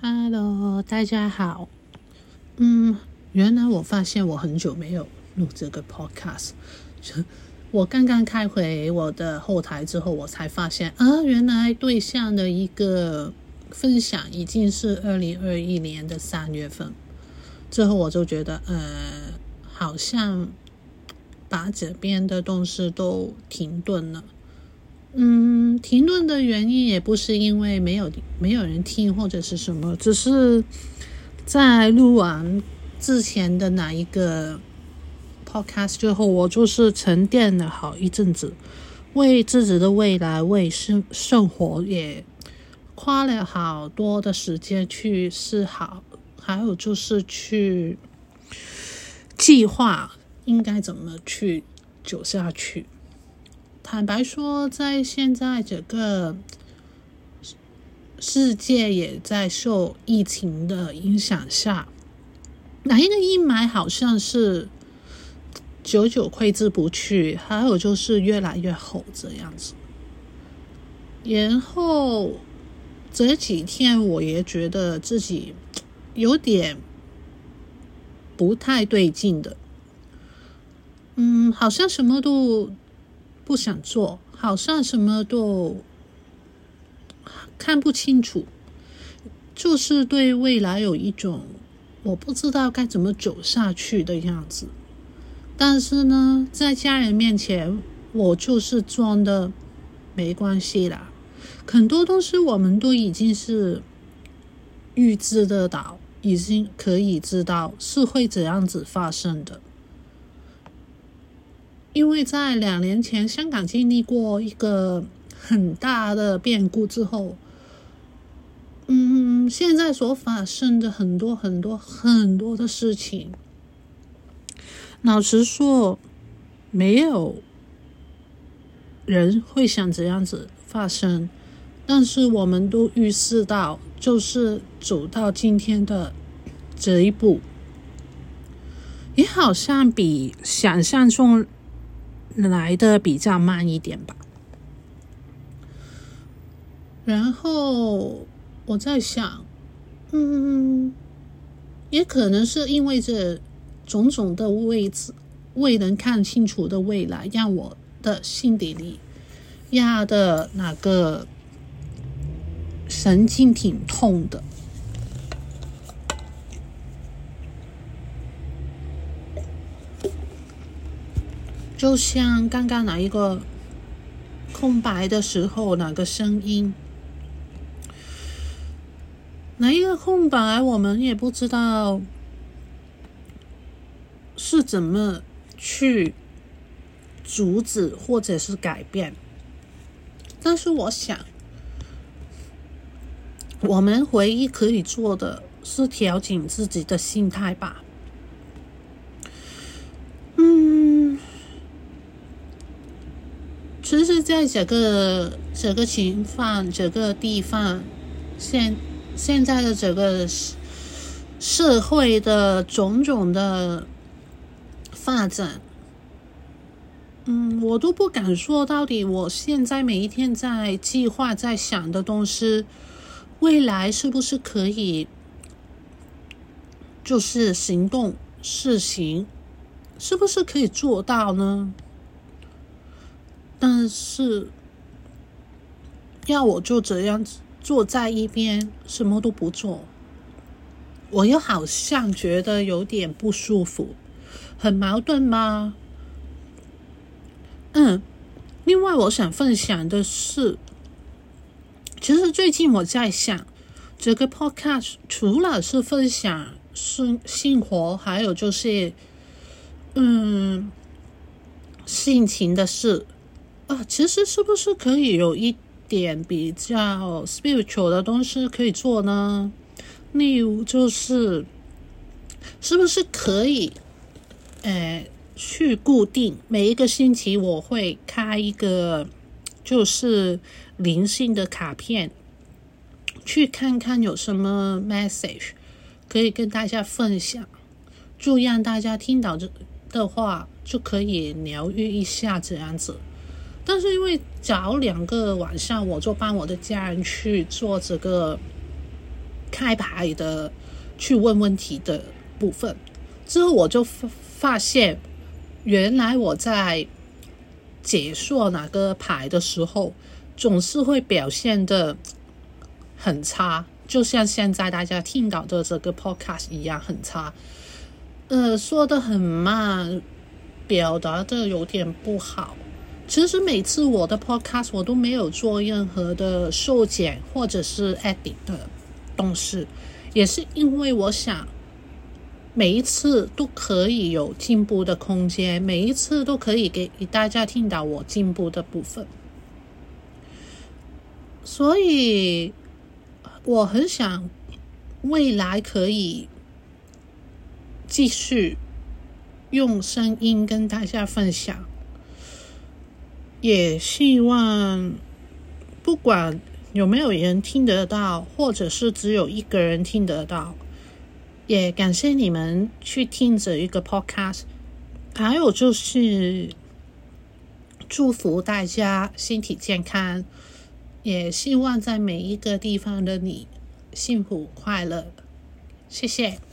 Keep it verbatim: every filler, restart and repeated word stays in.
Hello，大家好。嗯，原来我发现我很久没有录这个 podcast。我刚刚开回我的后台之后，我才发现啊，原来对象的一个分享已经是二零二一年的三月份。之后我就觉得，呃，好像把这边的东西都停顿了。嗯，停顿的原因也不是因为没有没有人听或者是什么，只是在录完之前的哪一个 podcast 之后，我就是沉淀了好一阵子，为自己的未来、为生生活也花了好多的时间去思考，还有就是去计划应该怎么去走下去。坦白说，在现在整个世界也在受疫情的影响下，哪一个阴霾好像是久久挥之不去，还有就是越来越厚这样子。然后这几天我也觉得自己有点不太对劲的，嗯，好像什么都不想做，好像什么都看不清楚，就是对未来有一种我不知道该怎么走下去的样子。但是呢，在家人面前我就是装的没关系啦，很多东西我们都已经是预知得到，已经可以知道是会怎样子发生的。因为在两年前香港经历过一个很大的变故之后，嗯，现在所发生的很多很多很多的事情，老实说没有人会想这样子发生，但是我们都预示到，就是走到今天的这一步，也好像比想象中来的比较慢一点吧。然后我在想，嗯，也可能是因为这种种的位置未能看清楚的未来，让我的心底里压的那个神经挺痛的。就像刚刚哪一个空白的时候，哪个声音，哪一个空白，我们也不知道是怎么去阻止或者是改变。但是我想，我们唯一可以做的是调整自己的心态吧。嗯。其实在这个这个情况这个地方，现现在的这个社会的种种的发展，嗯，我都不敢说到底我现在每一天在计划在想的东西，未来是不是可以就是行动试行，是不是可以做到呢？但是要我就这样坐在一边什么都不做，我又好像觉得有点不舒服，很矛盾吗？嗯，另外我想分享的是，其实最近我在想，这个 podcast 除了是分享生生活，还有就是嗯性情的事啊，其实是不是可以有一点比较 spiritual 的东西可以做呢？例如就是是不是可以呃去固定每一个星期我会开一个就是灵性的卡片，去看看有什么 message 可以跟大家分享，就让大家听到的话就可以疗愈一下这样子。但是因为早两个晚上我就帮我的家人去做这个开牌的去问问题的部分。之后我就发现，原来我在解说哪个牌的时候，总是会表现得很差，就像现在大家听到的这个 podcast 一样很差。呃，说得很慢，表达的有点不好。其实每次我的 podcast 我都没有做任何的修剪或者是 edit 的东西，也是因为我想每一次都可以有进步的空间，每一次都可以给大家听到我进步的部分。所以我很想未来可以继续用声音跟大家分享，也希望不管有没有人听得到，或者是只有一个人听得到，也感谢你们去听这一个 podcast。 还有就是祝福大家身体健康，也希望在每一个地方的你幸福快乐。谢谢。